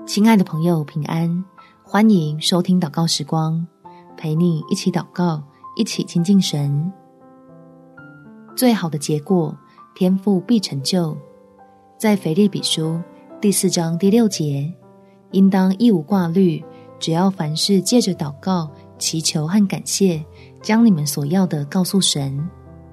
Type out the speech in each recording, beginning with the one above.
亲爱的朋友，平安，欢迎收听祷告时光，陪你一起祷告，一起亲近神。最好的结果，天父必成就。在腓立比书第4章第6节，应当一无挂虑，只要凡事借着祷告、祈求和感谢，将你们所要的告诉神。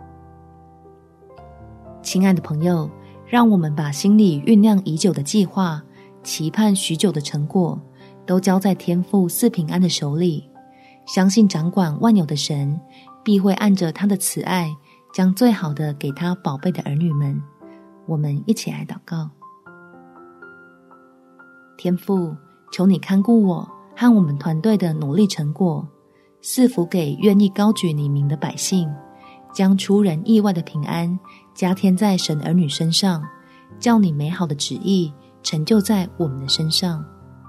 亲爱的朋友，让我们把心里酝酿已久的计划，期盼许久的成果，都交在天父赐平安的手里，相信掌管万有的神必会按着他的慈爱，将最好的给他宝贝的儿女们。我们一起来祷告。天父，求你看顾我和我们团队的努力成果，赐福给愿意高举你名的百姓，将出人意外的平安加添在神儿女身上，叫你美好的旨意成就在我们的身上。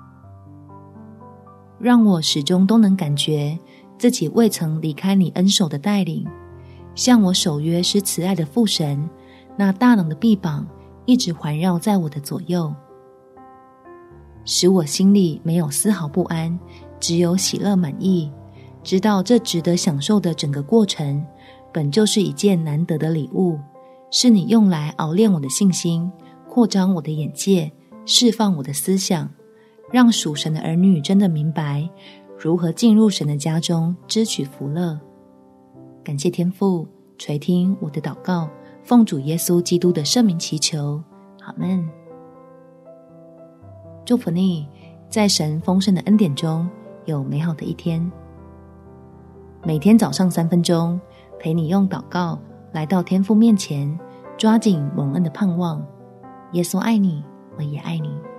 让我始终都能感觉自己未曾离开你恩手的带领，向我守约施慈爱的父神，那大能的臂膀一直环绕在我的左右，使我心里没有丝毫不安，只有喜乐满意，知道这值得享受的整个过程本就是一件难得的礼物，是你用来熬炼我的信心，扩张我的眼界，释放我的思想，让属神的儿女真的明白如何进入神的家中支取福乐。感谢天父垂听我的祷告，奉主耶稣基督的圣名祈求，阿们。祝福你在神丰盛的恩典中有美好的一天。每天早上3分钟，陪你用祷告来到天父面前，抓紧蒙恩的盼望。耶稣爱你，我也爱你。